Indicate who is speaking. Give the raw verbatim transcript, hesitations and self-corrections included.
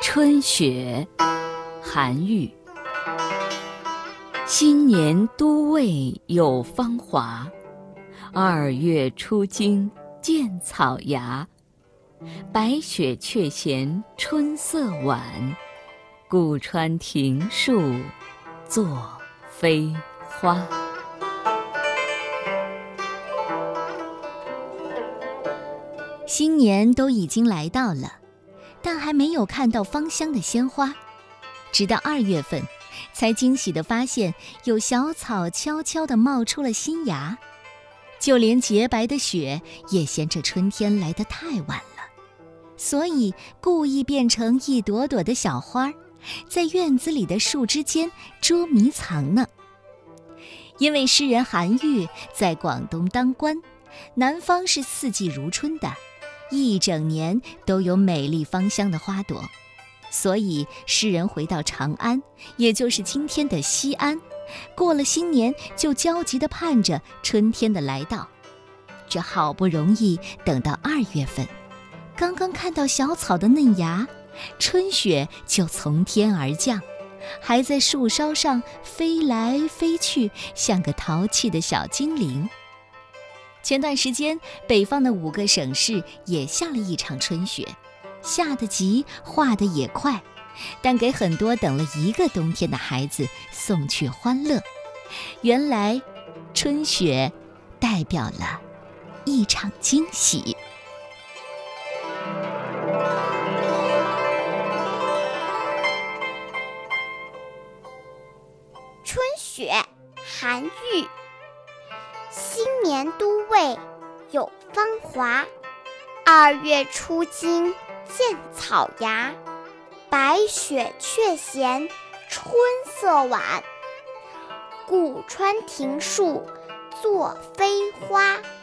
Speaker 1: 春雪，韩愈。新年都尉有芳华，二月初惊见草芽。白雪却嫌春色晚，故穿庭树作飞花。
Speaker 2: 新年都已经来到了，但还没有看到芳香的鲜花，直到二月份，才惊喜地发现有小草悄悄地冒出了新芽。就连洁白的雪也嫌这春天来得太晚了，所以故意变成一朵朵的小花，在院子里的树枝间捉迷藏呢。因为诗人韩愈在广东当官，南方是四季如春的，一整年都有美丽芳香的花朵，所以诗人回到长安，也就是今天的西安，过了新年就焦急地盼着春天的来到。这好不容易等到二月份，刚刚看到小草的嫩芽，春雪就从天而降，还在树梢上飞来飞去，像个淘气的小精灵。前段时间，北方的五个省市也下了一场春雪，下得急，化得也快，但给很多等了一个冬天的孩子送去欢乐。原来，春雪代表了一场惊喜。
Speaker 3: 春雪，韩愈。新年都尉有芳华，二月初惊见草芽。白雪却嫌春色晚，故穿庭树作飞花。